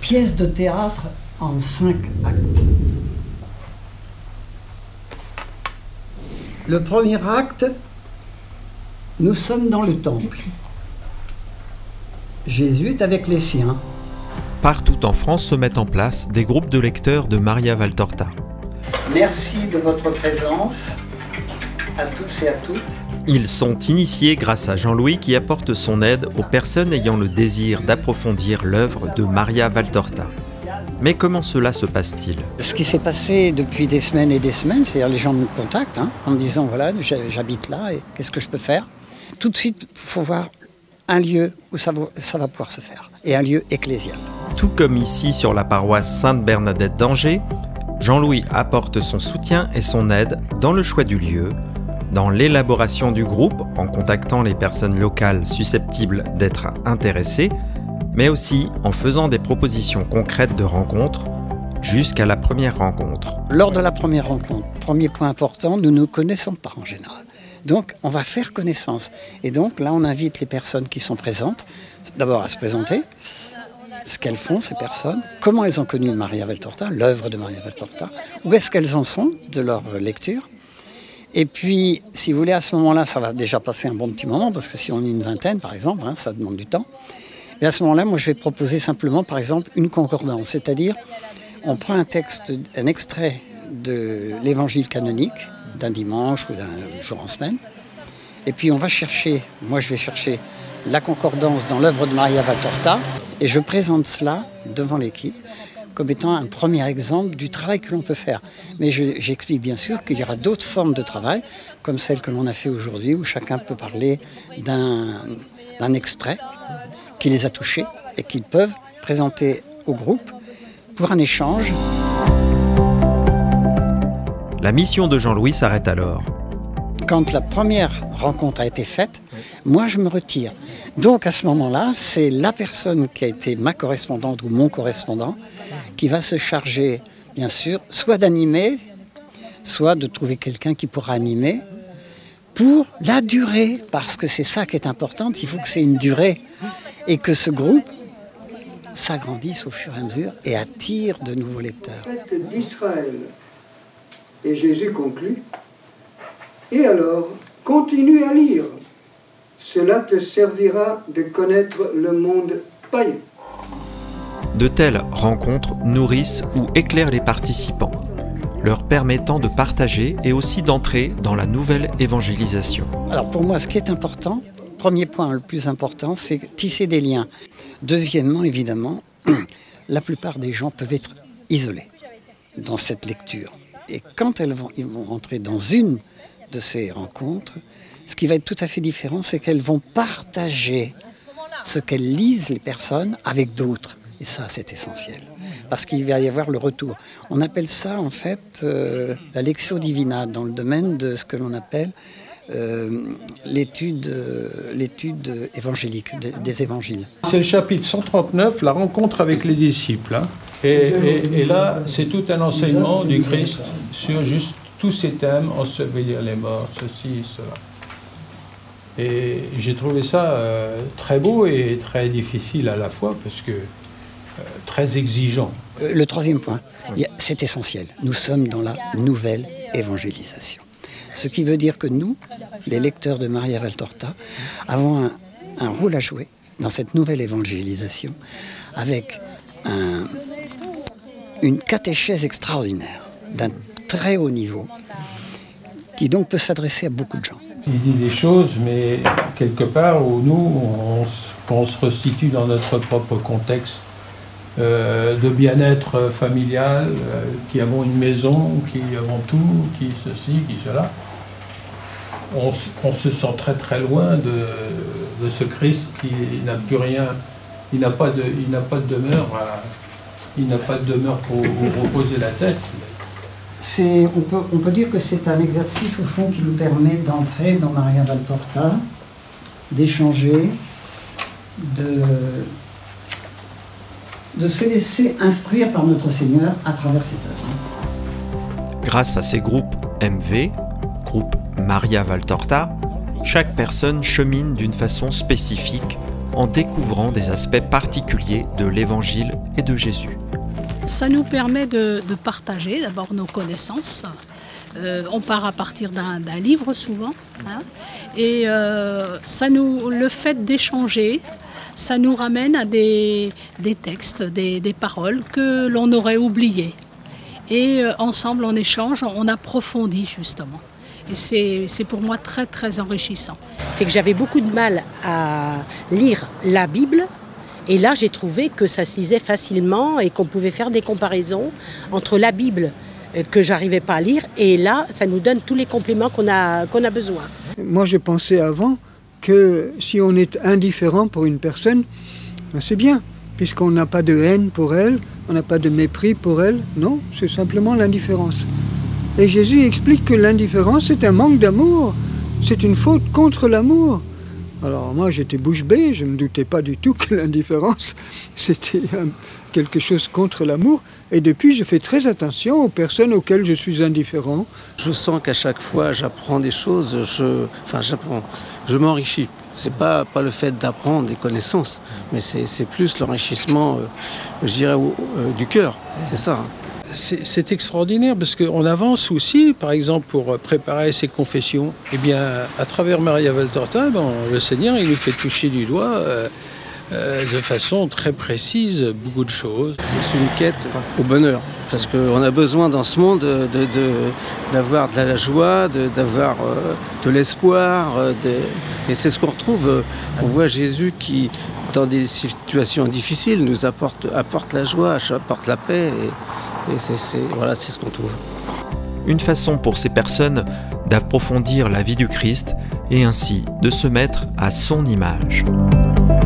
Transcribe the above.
pièce de théâtre en 5 actes. Le premier acte, nous sommes dans le temple. Jésus est avec les siens. Partout en France se mettent en place des groupes de lecteurs de Maria Valtorta. Merci de votre présence à tous et à toutes. Ils sont initiés grâce à Jean-Louis qui apporte son aide aux personnes ayant le désir d'approfondir l'œuvre de Maria Valtorta. Mais comment cela se passe-t-il? Ce qui s'est passé depuis des semaines et des semaines, c'est-à-dire les gens me contactent en me disant voilà, j'habite là et qu'est-ce que je peux faire? Tout de suite, il faut voir un lieu où ça va pouvoir se faire, et un lieu ecclésial. Tout comme ici sur la paroisse Sainte-Bernadette d'Angers, Jean-Louis apporte son soutien et son aide dans le choix du lieu, dans l'élaboration du groupe en contactant les personnes locales susceptibles d'être intéressées, mais aussi en faisant des propositions concrètes de rencontres jusqu'à la première rencontre. Lors de la première rencontre, premier point important, nous ne nous connaissons pas en général. Donc on va faire connaissance. Et donc là on invite les personnes qui sont présentes, d'abord à se présenter, ce qu'elles font ces personnes, comment elles ont connu Maria Valtorta, l'œuvre de Maria Valtorta, où est-ce qu'elles en sont de leur lecture. Et puis, si vous voulez, à ce moment-là, ça va déjà passer un bon petit moment, parce que si on est une vingtaine, par exemple, ça demande du temps. Et à ce moment-là, moi, je vais proposer simplement, par exemple, une concordance. C'est-à-dire, on prend un texte, un extrait de l'évangile canonique, d'un dimanche ou d'un jour en semaine, et puis on va chercher, moi je vais chercher la concordance dans l'œuvre de Maria Valtorta, et je présente cela devant l'équipe, comme étant un premier exemple du travail que l'on peut faire. Mais j'explique bien sûr qu'il y aura d'autres formes de travail, comme celle que l'on a fait aujourd'hui, où chacun peut parler d'un extrait qui les a touchés et qu'ils peuvent présenter au groupe pour un échange. La mission de Jean-Louis s'arrête alors. Quand la première rencontre a été faite, moi je me retire. Donc à ce moment-là, c'est la personne qui a été ma correspondante ou mon correspondant qui va se charger, bien sûr, soit d'animer, soit de trouver quelqu'un qui pourra animer pour la durée. Parce que c'est ça qui est important, il faut que c'est une durée et que ce groupe s'agrandisse au fur et à mesure et attire de nouveaux lecteurs. D'Israël. Et Jésus conclut, et alors, continue à lire. Cela te servira de connaître le monde païen. De telles rencontres nourrissent ou éclairent les participants, leur permettant de partager et aussi d'entrer dans la nouvelle évangélisation. Alors pour moi, ce qui est important, premier point le plus important, c'est tisser des liens. Deuxièmement, évidemment, la plupart des gens peuvent être isolés dans cette lecture. Et quand ils vont rentrer dans une de ces rencontres, ce qui va être tout à fait différent, c'est qu'elles vont partager ce qu'elles lisent, les personnes, avec d'autres. Et ça, c'est essentiel. Parce qu'il va y avoir le retour. On appelle ça, en fait, la lectio divina, dans le domaine de ce que l'on appelle l'étude évangélique, des évangiles. C'est le chapitre 139, la rencontre avec les disciples. Et là, c'est tout un enseignement du Christ sur juste tous ces thèmes, ensevelir les morts, ceci, cela. Et j'ai trouvé ça très beau et très difficile à la fois, parce que très exigeant. Le troisième point, c'est essentiel. Nous sommes dans la nouvelle évangélisation. Ce qui veut dire que nous, les lecteurs de Maria Valtorta, avons un rôle à jouer dans cette nouvelle évangélisation, avec une catéchèse extraordinaire, d'un très haut niveau, qui donc peut s'adresser à beaucoup de gens. Il dit des choses, mais quelque part où nous, on se resitue dans notre propre contexte de bien-être familial, qui avons une maison, qui avons tout, qui ceci, qui cela. On se sent très très loin de ce Christ qui n'a plus rien, il n'a pas de demeure, il n'a pas de demeure pour reposer la tête. On peut dire que c'est un exercice au fond qui nous permet d'entrer dans Maria Valtorta, d'échanger, de se laisser instruire par notre Seigneur à travers cette œuvre. Grâce à ces groupes MV, groupe Maria Valtorta, chaque personne chemine d'une façon spécifique en découvrant des aspects particuliers de l'Évangile et de Jésus. Ça nous permet de partager d'abord nos connaissances. On part à partir d'un livre souvent, hein, et le fait d'échanger, ça nous ramène à des textes, des paroles que l'on aurait oubliées. Et ensemble, on échange, on approfondit justement. Et c'est pour moi très très enrichissant. C'est que j'avais beaucoup de mal à lire la Bible. Et là, j'ai trouvé que ça se lisait facilement et qu'on pouvait faire des comparaisons entre la Bible que j'arrivais pas à lire et là, ça nous donne tous les compléments qu'on a besoin. Moi, je pensais avant que si on est indifférent pour une personne, c'est bien, puisqu'on n'a pas de haine pour elle, on n'a pas de mépris pour elle. Non, c'est simplement l'indifférence. Et Jésus explique que l'indifférence, c'est un manque d'amour. C'est une faute contre l'amour. Alors moi, j'étais bouche bée, je ne me doutais pas du tout que l'indifférence, c'était quelque chose contre l'amour. Et depuis, je fais très attention aux personnes auxquelles je suis indifférent. Je sens qu'à chaque fois, j'apprends des choses, je m'enrichis. C'est pas le fait d'apprendre des connaissances, mais c'est plus l'enrichissement, je dirais, du cœur. C'est ça. C'est extraordinaire parce qu'on avance aussi, par exemple, pour préparer ses confessions. Eh bien, à travers Maria Valtorta, le Seigneur, il nous fait toucher du doigt de façon très précise beaucoup de choses. C'est une quête au bonheur, parce qu'on a besoin dans ce monde d'avoir de la joie, d'avoir de l'espoir. Et c'est ce qu'on retrouve. On voit Jésus qui, dans des situations difficiles, nous apporte la joie, apporte la paix. Et c'est ce qu'on trouve. Une façon pour ces personnes d'approfondir la vie du Christ et ainsi de se mettre à son image.